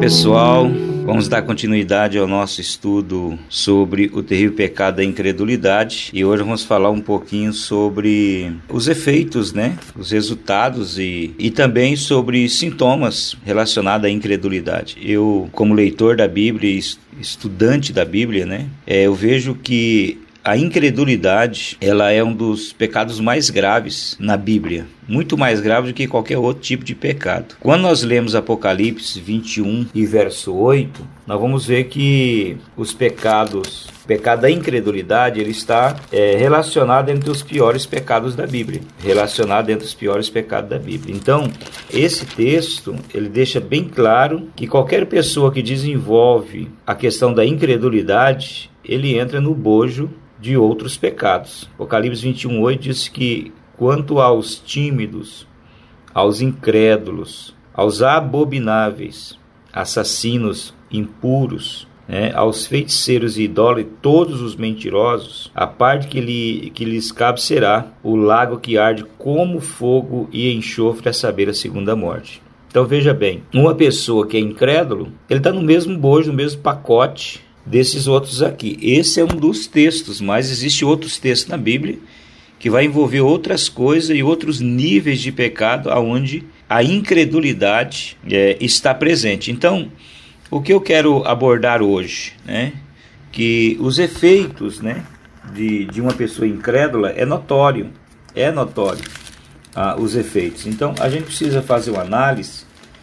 pessoal, vamos dar continuidade ao nosso estudo sobre o terrível pecado da incredulidade e hoje vamos falar um pouquinho sobre os efeitos, os resultados e também sobre sintomas relacionados à incredulidade. Eu, como leitor da Bíblia e estudante da Bíblia, eu vejo que a incredulidade, ela é um dos pecados mais graves na Bíblia, muito mais grave do que qualquer outro tipo de pecado. Quando nós lemos Apocalipse 21 e verso 8, nós vamos ver que o pecado da incredulidade, ele está relacionado entre os piores pecados da Bíblia. Então, esse texto, ele deixa bem claro que qualquer pessoa que desenvolve a questão da incredulidade, ele entra no bojo de outros pecados. Apocalipse 21:8 diz que quanto aos tímidos, aos incrédulos, aos abomináveis, assassinos, impuros, aos feiticeiros e idólatras, todos os mentirosos, a parte que lhes cabe será o lago que arde como fogo e enxofre, a saber, a segunda morte. Então veja bem, uma pessoa que é incrédulo, ele está no mesmo bojo, no mesmo pacote desses outros aqui. Esse é um dos textos, mas existe outros textos na Bíblia que vai envolver outras coisas e outros níveis de pecado onde a incredulidade está presente. Então, o que eu quero abordar hoje, que os efeitos, de uma pessoa incrédula é notório os efeitos. Então, a gente precisa fazer uma análise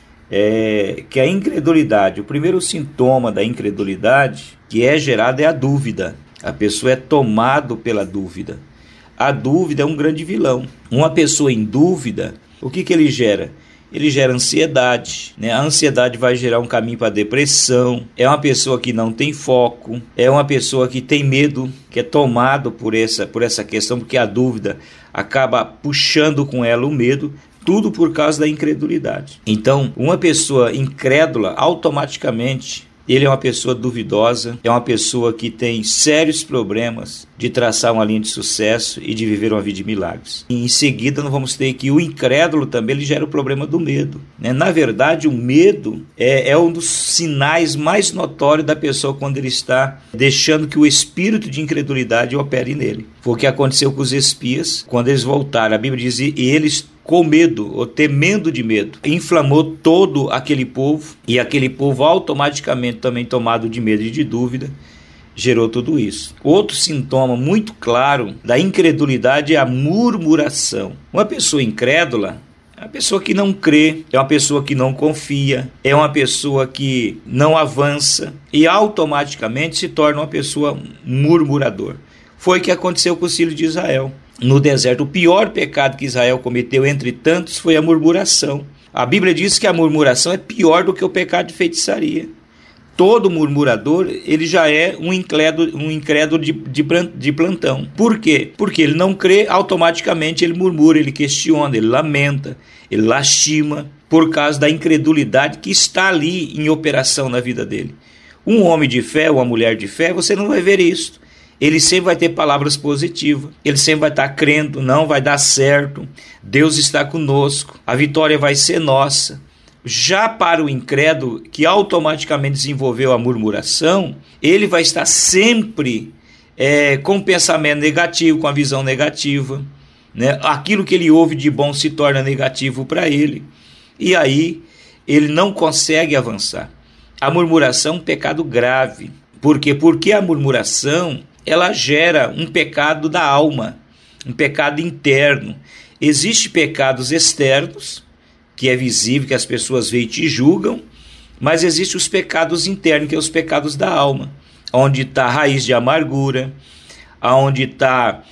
que a incredulidade, o primeiro sintoma da incredulidade que é gerado é a dúvida. A pessoa é tomada pela dúvida. A dúvida é um grande vilão. Uma pessoa em dúvida, o que ele gera? Ele gera ansiedade, A ansiedade vai gerar um caminho para a depressão. É uma pessoa que não tem foco, é uma pessoa que tem medo, que é tomado por essa questão, porque a dúvida acaba puxando com ela o medo. Tudo por causa da incredulidade. Então, uma pessoa incrédula, automaticamente, ele é uma pessoa duvidosa, é uma pessoa que tem sérios problemas de traçar uma linha de sucesso e de viver uma vida de milagres. E em seguida, nós vamos ter que o incrédulo também ele gera o problema do medo. Na verdade, o medo é um dos sinais mais notórios da pessoa quando ele está deixando que o espírito de incredulidade opere nele. Foi o que aconteceu com os espias quando eles voltaram. A Bíblia diz, e eles com medo, ou temendo de medo, inflamou todo aquele povo, e aquele povo automaticamente também tomado de medo e de dúvida, gerou tudo isso. Outro sintoma muito claro da incredulidade é a murmuração. Uma pessoa incrédula é uma pessoa que não crê, é uma pessoa que não confia, é uma pessoa que não avança e automaticamente se torna uma pessoa murmurador. Foi o que aconteceu com os filhos de Israel. No deserto, o pior pecado que Israel cometeu entre tantos foi a murmuração. A Bíblia diz que a murmuração é pior do que o pecado de feitiçaria. Todo murmurador, ele já é um incrédulo de plantão. Por quê? Porque ele não crê, automaticamente ele murmura, ele questiona, ele lamenta, ele lastima, por causa da incredulidade que está ali em operação na vida dele. Um homem de fé, uma mulher de fé, você não vai ver isso. Ele sempre vai ter palavras positivas, ele sempre vai estar crendo, não vai dar certo, Deus está conosco, a vitória vai ser nossa. Já para o incrédulo, que automaticamente desenvolveu a murmuração, ele vai estar sempre com um pensamento negativo, com a visão negativa, Aquilo que ele ouve de bom se torna negativo para ele, e aí ele não consegue avançar. A murmuração é um pecado grave. Por quê? Porque a murmuração ela gera um pecado da alma, um pecado interno. Existem pecados externos, que é visível, que as pessoas veem e te julgam, mas existem os pecados internos, que são os pecados da alma, onde está a raiz de amargura, onde está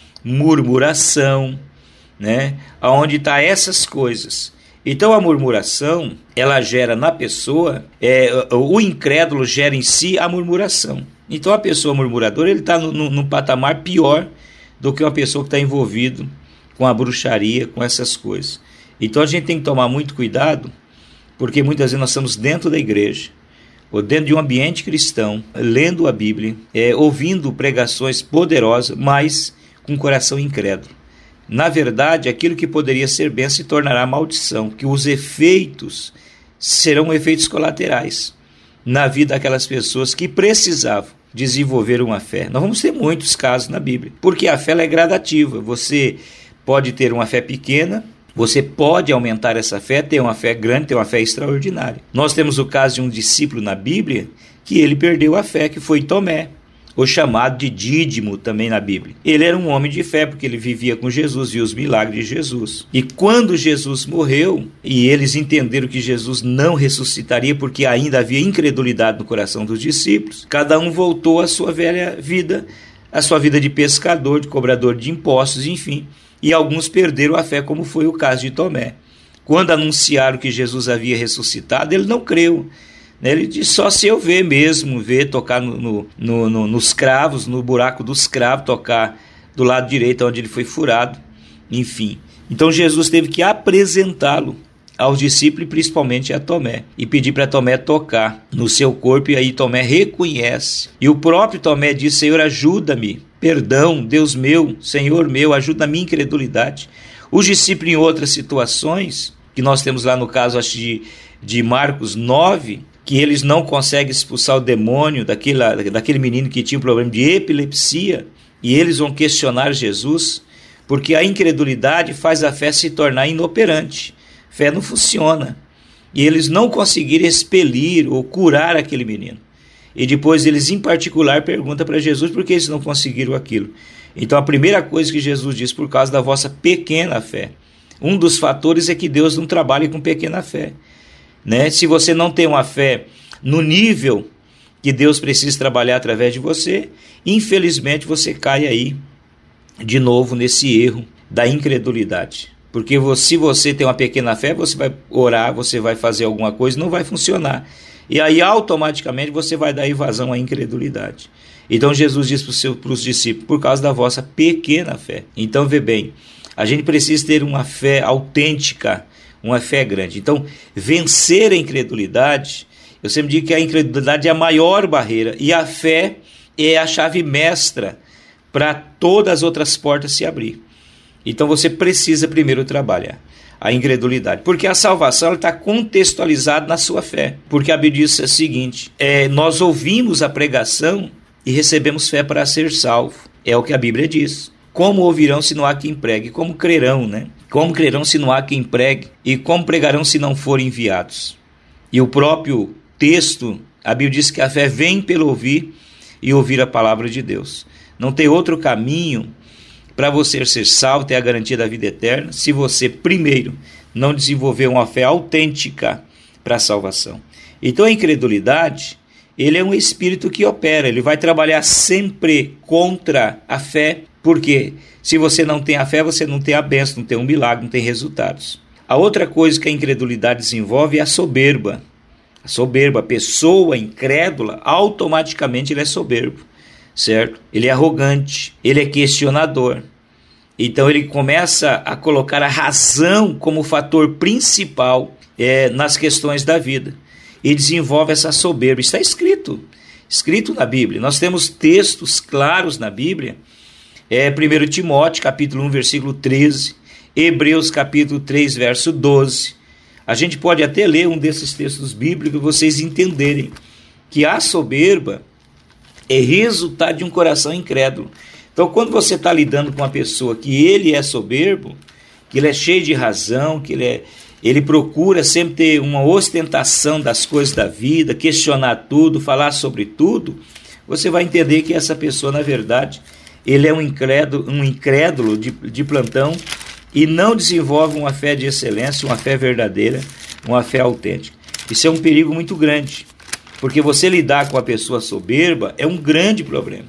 murmuração, onde está essas coisas. Então a murmuração, ela gera na pessoa, o incrédulo gera em si a murmuração. Então a pessoa murmuradora, ele está num patamar pior do que uma pessoa que está envolvida com a bruxaria, com essas coisas. Então a gente tem que tomar muito cuidado, porque muitas vezes nós estamos dentro da igreja, ou dentro de um ambiente cristão, lendo a Bíblia, ouvindo pregações poderosas, mas com o coração incrédulo. Na verdade, aquilo que poderia ser bênção se tornará maldição, que os efeitos serão efeitos colaterais. na vida daquelas pessoas que precisavam desenvolver uma fé. Nós vamos ter muitos casos na Bíblia, porque a fé ela é gradativa. Você pode ter uma fé pequena, você pode aumentar essa fé, ter uma fé grande, ter uma fé extraordinária. Nós temos o caso de um discípulo na Bíblia que ele perdeu a fé, que foi Tomé, o chamado de Dídimo também na Bíblia. Ele era um homem de fé, porque ele vivia com Jesus, via os milagres de Jesus. E quando Jesus morreu, e eles entenderam que Jesus não ressuscitaria, porque ainda havia incredulidade no coração dos discípulos, cada um voltou à sua velha vida, à sua vida de pescador, de cobrador de impostos, enfim. E alguns perderam a fé, como foi o caso de Tomé. Quando anunciaram que Jesus havia ressuscitado, ele não creu. Ele disse, só se eu ver mesmo, tocar nos cravos, no buraco dos cravos, tocar do lado direito onde ele foi furado, enfim. Então Jesus teve que apresentá-lo aos discípulos e principalmente a Tomé, e pedir para Tomé tocar no seu corpo, e aí Tomé reconhece. E o próprio Tomé diz, Senhor, ajuda-me, perdão, Deus meu, Senhor meu, ajuda a minha incredulidade. Os discípulos em outras situações, que nós temos lá no caso acho de Marcos 9, que eles não conseguem expulsar o demônio daquele menino que tinha um problema de epilepsia, e eles vão questionar Jesus, porque a incredulidade faz a fé se tornar inoperante. Fé não funciona. E eles não conseguiram expelir ou curar aquele menino. E depois eles, em particular, perguntam para Jesus por que eles não conseguiram aquilo. Então a primeira coisa que Jesus diz, por causa da vossa pequena fé. Um dos fatores é que Deus não trabalha com pequena fé. Se você não tem uma fé no nível que Deus precisa trabalhar através de você, infelizmente você cai aí de novo nesse erro da incredulidade. Porque se você tem uma pequena fé, você vai orar, você vai fazer alguma coisa, não vai funcionar. E aí automaticamente você vai dar evasão à incredulidade. Então Jesus diz para os discípulos, por causa da vossa pequena fé. Então vê bem, a gente precisa ter uma fé autêntica, uma fé grande. Então, vencer a incredulidade, eu sempre digo que a incredulidade é a maior barreira e a fé é a chave mestra para todas as outras portas se abrir. Então, você precisa primeiro trabalhar a incredulidade, porque a salvação está contextualizada na sua fé, porque a Bíblia diz o seguinte, nós ouvimos a pregação e recebemos fé para ser salvo, é o que a Bíblia diz. Como ouvirão se não há quem pregue? Como crerão, né? Como crerão se não há quem pregue? E como pregarão se não forem enviados? E o próprio texto, a Bíblia diz que a fé vem pelo ouvir e ouvir a palavra de Deus. Não tem outro caminho para você ser salvo, ter a garantia da vida eterna, se você primeiro não desenvolver uma fé autêntica para a salvação. Então a incredulidade, ele é um espírito que opera, ele vai trabalhar sempre contra a fé, porque se você não tem a fé, você não tem a bênção, não tem um milagre, não tem resultados. A outra coisa que a incredulidade desenvolve é a soberba. A soberba, a pessoa incrédula, automaticamente ele é soberbo, certo? Ele é arrogante, ele é questionador. Então ele começa a colocar a razão como fator principal nas questões da vida. E desenvolve essa soberba. Está escrito na Bíblia. Nós temos textos claros na Bíblia. 1 Timóteo, capítulo 1, versículo 13. Hebreus, capítulo 3, verso 12. A gente pode até ler um desses textos bíblicos para vocês entenderem que a soberba é resultado de um coração incrédulo. Então, quando você está lidando com uma pessoa que ele é soberbo, que ele é cheio de razão, que ele procura sempre ter uma ostentação das coisas da vida, questionar tudo, falar sobre tudo, você vai entender que essa pessoa, na verdade, ele é um incrédulo de plantão e não desenvolve uma fé de excelência, uma fé verdadeira, uma fé autêntica. Isso é um perigo muito grande, porque você lidar com a pessoa soberba é um grande problema,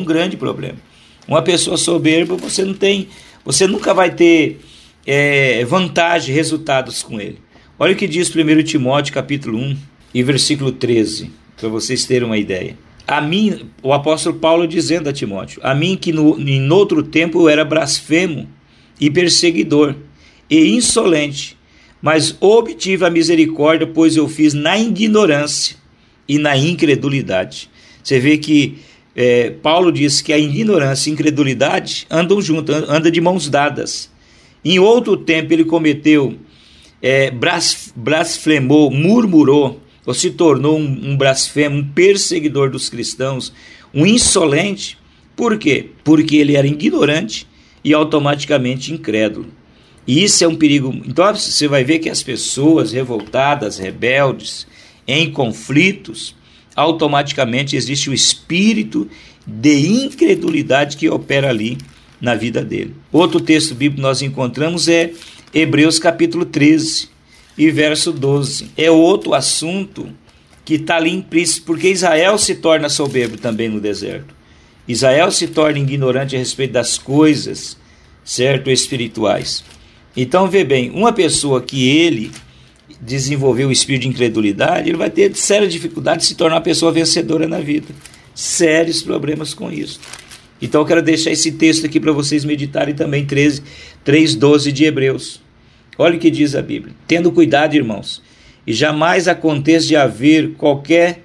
Uma pessoa soberba, você nunca vai ter vantagem, resultados com ele. Olha o que diz 1 Timóteo capítulo 1 e versículo 13, para vocês terem uma ideia. A mim, o apóstolo Paulo dizendo a Timóteo, a mim que em outro tempo eu era blasfemo e perseguidor e insolente, mas obtive a misericórdia, pois eu fiz na ignorância e na incredulidade. Você vê que Paulo diz que a ignorância e a incredulidade andam juntas, andam de mãos dadas. Em outro tempo ele cometeu, blasfemou, murmurou ou se tornou um blasfemo, um perseguidor dos cristãos, um insolente. Por quê? Porque ele era ignorante e automaticamente incrédulo. E isso é um perigo. Então você vai ver que as pessoas revoltadas, rebeldes, em conflitos, automaticamente existe o espírito de incredulidade que opera ali na vida dele. Outro texto bíblico que nós encontramos é Hebreus capítulo 13 e verso 12. É outro assunto que está ali implícito, porque Israel se torna soberbo também no deserto. Israel se torna ignorante a respeito das coisas, certo, espirituais. Então, vê bem, uma pessoa que ele desenvolveu o espírito de incredulidade, ele vai ter séria dificuldade de se tornar uma pessoa vencedora na vida. Sérios problemas com isso. Então eu quero deixar esse texto aqui para vocês meditarem também, 3:12 de Hebreus. Olha o que diz a Bíblia. Tendo cuidado, irmãos, e jamais aconteça de haver qualquer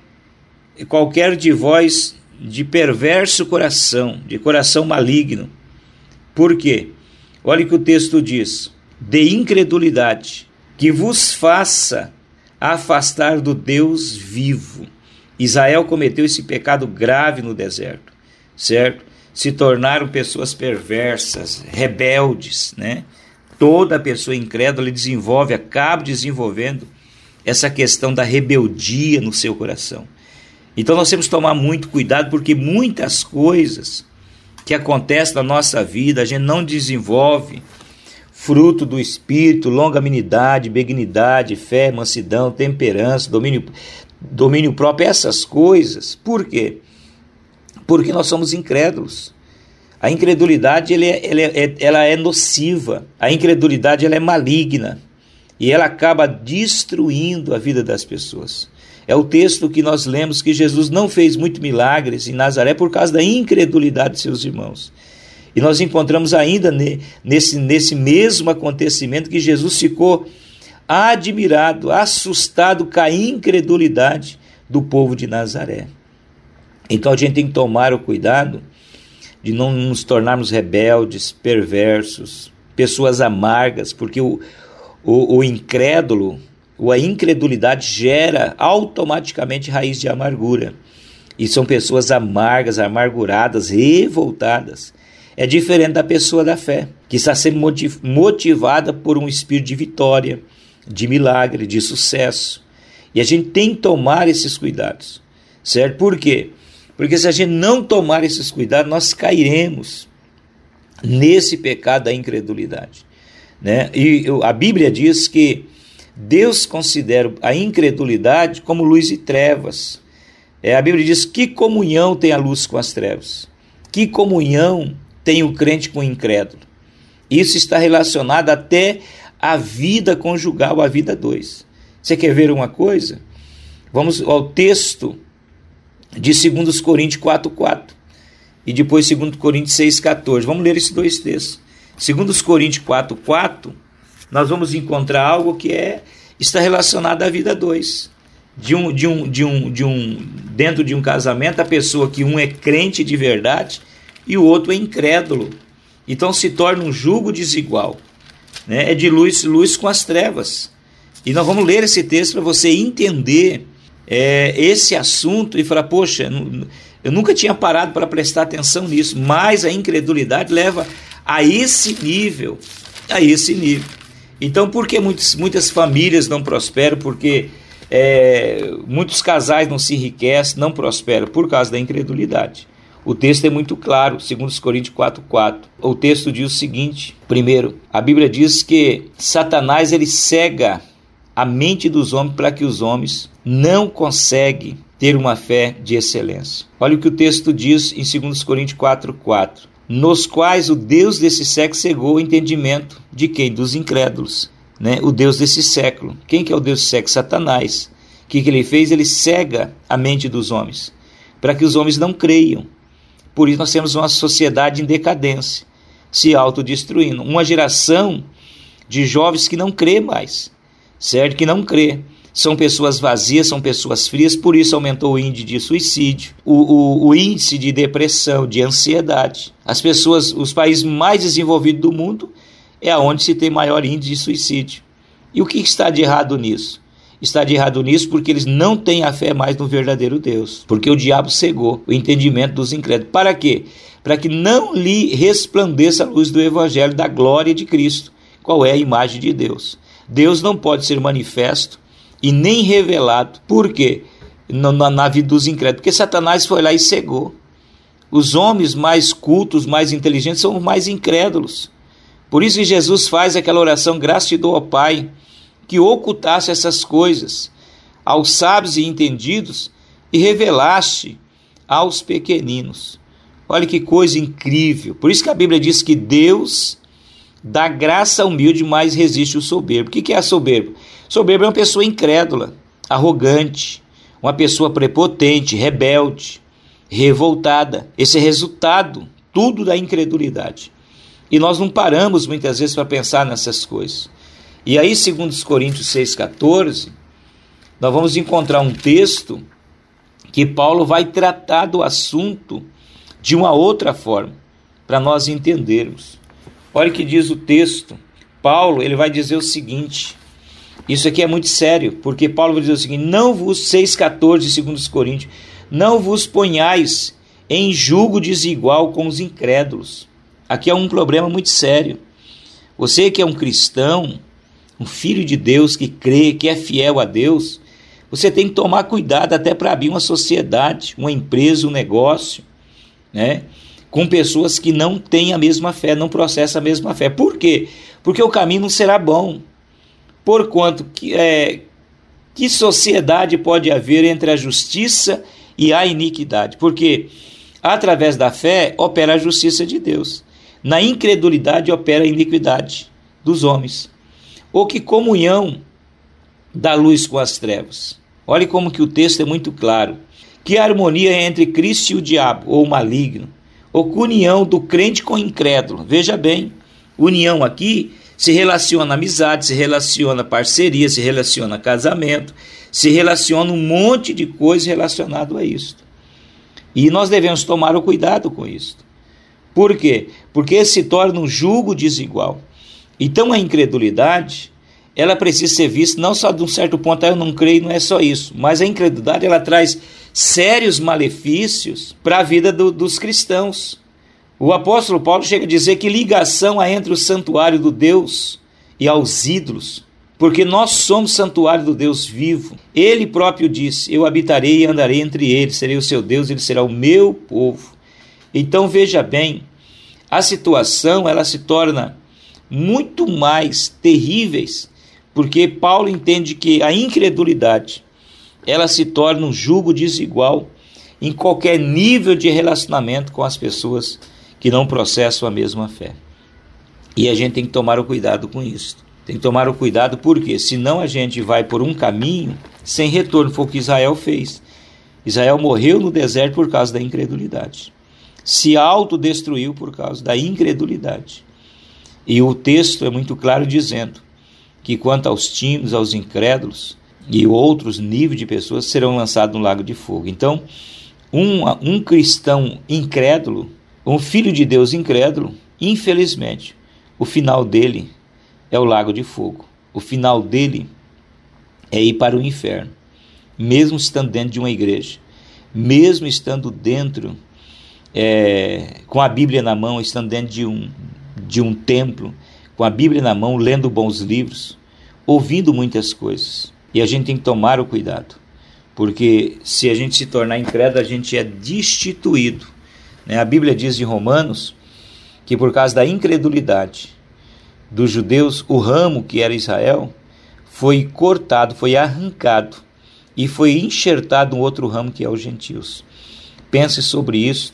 de vós de perverso coração, de coração maligno. Por quê? Olha o que o texto diz. De incredulidade, que vos faça afastar do Deus vivo. Israel cometeu esse pecado grave no deserto, certo? Se tornaram pessoas perversas, rebeldes, né? Toda pessoa incrédula acaba desenvolvendo essa questão da rebeldia no seu coração. Então nós temos que tomar muito cuidado, porque muitas coisas que acontecem na nossa vida, a gente não desenvolve fruto do Espírito, longanimidade, benignidade, fé, mansidão, temperança, domínio próprio, essas coisas. Por quê? Porque nós somos incrédulos. A incredulidade ela é nociva, a incredulidade ela é maligna e ela acaba destruindo a vida das pessoas. É o texto que nós lemos que Jesus não fez muitos milagres em Nazaré por causa da incredulidade de seus irmãos. E nós encontramos ainda nesse mesmo acontecimento que Jesus ficou admirado, assustado com a incredulidade do povo de Nazaré. Então a gente tem que tomar o cuidado de não nos tornarmos rebeldes, perversos, pessoas amargas, porque o incrédulo, a incredulidade gera automaticamente raiz de amargura. E são pessoas amargas, amarguradas, revoltadas. É diferente da pessoa da fé, que está sendo motivada por um espírito de vitória, de milagre, de sucesso. E a gente tem que tomar esses cuidados, certo? Por quê? Porque se a gente não tomar esses cuidados, nós cairemos nesse pecado da incredulidade, né? E a Bíblia diz que Deus considera a incredulidade como luz e trevas. A Bíblia diz: que comunhão tem a luz com as trevas? Que comunhão tem o crente com o incrédulo? Isso está relacionado até à vida conjugal, à vida 2. Você quer ver uma coisa? Vamos ao texto de 2 Coríntios 4:4 e depois 2 Coríntios 6:14. Vamos ler esses dois textos. 2 Coríntios 4:4, nós vamos encontrar algo que está relacionado à vida 2. Dentro de um casamento, a pessoa que um é crente de verdade e o outro é incrédulo. Então se torna um jugo desigual, né? É de luz com as trevas. E nós vamos ler esse texto para você entender esse assunto e falar: poxa, eu nunca tinha parado para prestar atenção nisso, mas a incredulidade leva a esse nível. Então, por que muitas famílias não prosperam? Porque muitos casais não se enriquecem, não prosperam por causa da incredulidade. O texto é muito claro, 2 Coríntios 4:4. O texto diz o seguinte: primeiro, a Bíblia diz que Satanás ele cega a mente dos homens para que os homens não conseguem ter uma fé de excelência. Olha o que o texto diz em 2 Coríntios 4:4. Nos quais o Deus desse século cegou o entendimento de quem? Dos incrédulos, né? O Deus desse século. Quem que é o Deus desse século? Satanás. O que ele fez? Ele cega a mente dos homens, para que os homens não creiam. Por isso nós temos uma sociedade em decadência, se autodestruindo. Uma geração de jovens que não crê mais, certo? Que não crê. São pessoas vazias, são pessoas frias, por isso aumentou o índice de suicídio, o índice de depressão, de ansiedade. As pessoas, os países mais desenvolvidos do mundo é onde se tem maior índice de suicídio. E o que está de errado nisso? está de errado nisso? Porque eles não têm a fé mais no verdadeiro Deus. Porque o diabo cegou o entendimento dos incrédulos. Para quê? Para que não lhe resplandeça a luz do evangelho da glória de Cristo. Qual é a imagem de Deus? Deus não pode ser manifesto e nem revelado. Por quê? Na vida dos incrédulos. Porque Satanás foi lá e cegou. Os homens mais cultos, mais inteligentes, são os mais incrédulos. Por isso que Jesus faz aquela oração: graça te dou, ó Pai, que ocultasse essas coisas aos sábios e entendidos e revelaste aos pequeninos. Olha que coisa incrível. Por isso que a Bíblia diz que Deus dá graça ao humilde, mas resiste o soberbo. O que é a soberba? Soberbo é uma pessoa incrédula, arrogante, uma pessoa prepotente, rebelde, revoltada. Esse é resultado tudo da incredulidade. E nós não paramos muitas vezes para pensar nessas coisas. E aí, segundo os Coríntios 6,14, nós vamos encontrar um texto que Paulo vai tratar do assunto de uma outra forma, para nós entendermos. Olha o que diz o texto. Paulo, ele vai dizer o seguinte, isso aqui é muito sério, porque Paulo vai dizer o seguinte: não vos, 6,14 segundo os Coríntios, não vos ponhais em julgo desigual com os incrédulos. Aqui é um problema muito sério. Você que é um cristão, um filho de Deus, que crê, que é fiel a Deus, você tem que tomar cuidado até para abrir uma sociedade, uma empresa, um negócio, né, com pessoas que não têm a mesma fé, não processam a mesma fé. Por quê? Porque o caminho não será bom. Porquanto, que sociedade pode haver entre a justiça e a iniquidade? Porque através da fé opera a justiça de Deus. Na incredulidade opera a iniquidade dos homens. Ou que comunhão da luz com as trevas? Olhe como que o texto é muito claro. Que harmonia entre Cristo e o diabo, ou o maligno? Ou que união do crente com o incrédulo? Veja bem, união aqui se relaciona a amizade, se relaciona a parceria, se relaciona a casamento, se relaciona um monte de coisas relacionado a isso. E nós devemos tomar o cuidado com isso. Por quê? Porque se torna um julgo desigual. Então a incredulidade, ela precisa ser vista não só de um certo ponto, eu não creio, não é só isso, mas a incredulidade, ela traz sérios malefícios para a vida dos cristãos. O apóstolo Paulo chega a dizer que ligação há entre o santuário do Deus e aos ídolos, porque nós somos santuário do Deus vivo. Ele próprio disse: eu habitarei e andarei entre eles, serei o seu Deus, ele será o meu povo. Então veja bem, a situação ela se torna muito mais terríveis, porque Paulo entende que a incredulidade ela se torna um julgo desigual em qualquer nível de relacionamento com as pessoas que não processam a mesma fé. E a gente tem que tomar o cuidado com isso. Tem que tomar o cuidado porque senão a gente vai por um caminho sem retorno. Foi o que Israel fez. Israel morreu no deserto por causa da incredulidade. Se autodestruiu por causa da incredulidade. E o texto é muito claro dizendo que quanto aos tímidos, aos incrédulos e outros níveis de pessoas serão lançados no lago de fogo. Então, um cristão incrédulo, um filho de Deus incrédulo, infelizmente, o final dele é o lago de fogo. O final dele é ir para o inferno, mesmo estando dentro de uma igreja, mesmo estando dentro, com a Bíblia na mão, estando dentro de um templo, com a Bíblia na mão, lendo bons livros, ouvindo muitas coisas. E a gente tem que tomar o cuidado, porque se a gente se tornar incrédulo, a gente é destituído. A Bíblia diz em Romanos que por causa da incredulidade dos judeus, o ramo que era Israel foi cortado, foi arrancado e foi enxertado um outro ramo que é os gentios. Pense sobre isso.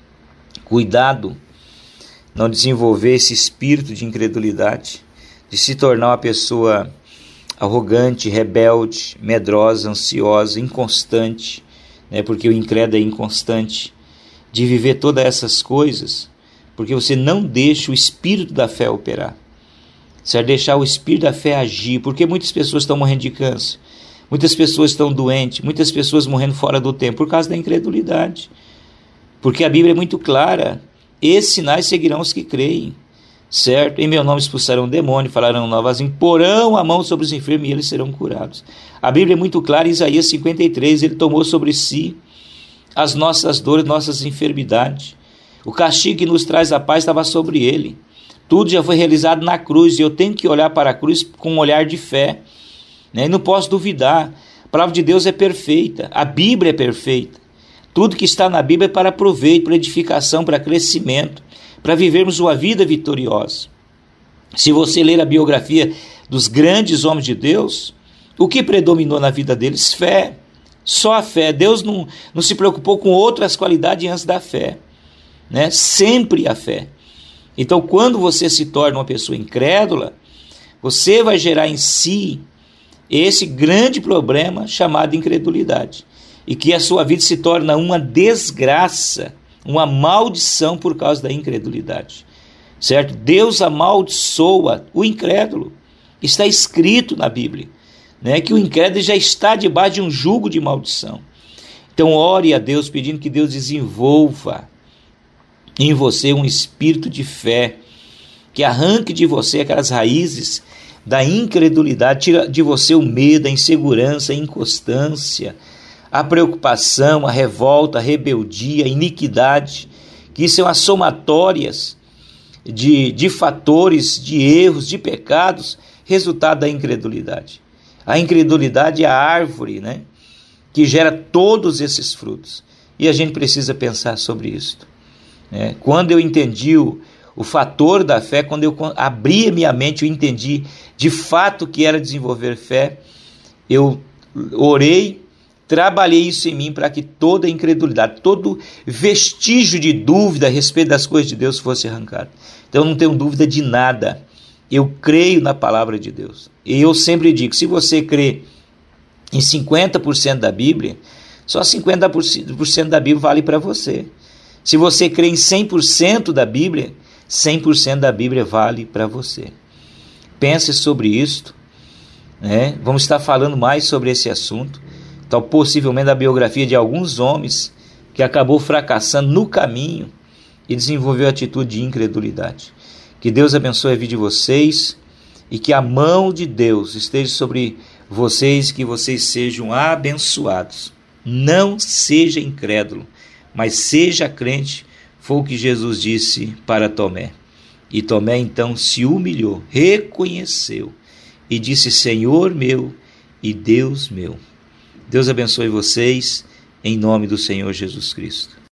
Cuidado não desenvolver esse espírito de incredulidade, de se tornar uma pessoa arrogante, rebelde, medrosa, ansiosa, inconstante, porque o incrédulo é inconstante, de viver todas essas coisas, porque você não deixa o espírito da fé operar. Você vai deixar o espírito da fé agir, porque muitas pessoas estão morrendo de câncer, muitas pessoas estão doentes, muitas pessoas morrendo fora do tempo, por causa da incredulidade. Porque a Bíblia é muito clara, esses sinais seguirão os que creem. certo? Em meu nome expulsarão o demônio, falarão novas línguas, porão a mão sobre os enfermos e eles serão curados. A Bíblia é muito clara, em Isaías 53, ele tomou sobre si as nossas dores, nossas enfermidades. O castigo que nos traz a paz estava sobre ele. Tudo já foi realizado na cruz e eu tenho que olhar para a cruz com um olhar de fé, né? E não posso duvidar. A palavra de Deus é perfeita, a Bíblia é perfeita. Tudo que está na Bíblia é para proveito, para edificação, para crescimento, para vivermos uma vida vitoriosa. Se você ler a biografia dos grandes homens de Deus, o que predominou na vida deles? Fé. Só a fé. Deus não se preocupou com outras qualidades antes da fé, né? Sempre a fé. Então, quando você se torna uma pessoa incrédula, você vai gerar em si esse grande problema chamado incredulidade. E que a sua vida se torna uma desgraça, uma maldição por causa da incredulidade. Certo? Deus amaldiçoa o incrédulo. Está escrito na Bíblia, né, que o incrédulo já está debaixo de um jugo de maldição. Então ore a Deus pedindo que Deus desenvolva em você um espírito de fé, que arranque de você aquelas raízes da incredulidade, tira de você o medo, a insegurança, a inconstância, a preocupação, a revolta, a rebeldia, a iniquidade, que são as somatórias de fatores, de erros, de pecados, resultado da incredulidade. A incredulidade é a árvore, né, que gera todos esses frutos. E a gente precisa pensar sobre isso. Quando eu entendi o fator da fé, quando eu abri a minha mente, eu entendi de fato que era desenvolver fé, eu orei, trabalhei isso em mim para que toda incredulidade, todo vestígio de dúvida a respeito das coisas de Deus fosse arrancado. Então eu não tenho dúvida de nada, eu creio na palavra de Deus. E eu sempre digo, se você crê em 50% da Bíblia, só 50% da Bíblia vale para você. Se você crê em 100% da Bíblia, 100% da Bíblia vale para você. Pense sobre isto, né? Vamos estar falando mais sobre esse assunto. Então, possivelmente a biografia de alguns homens que acabou fracassando no caminho e desenvolveu a atitude de incredulidade. Que Deus abençoe a vida de vocês e que a mão de Deus esteja sobre vocês, que vocês sejam abençoados. Não seja incrédulo, mas seja crente, foi o que Jesus disse para Tomé. E Tomé então se humilhou, reconheceu e disse: Senhor meu e Deus meu. Deus abençoe vocês, em nome do Senhor Jesus Cristo.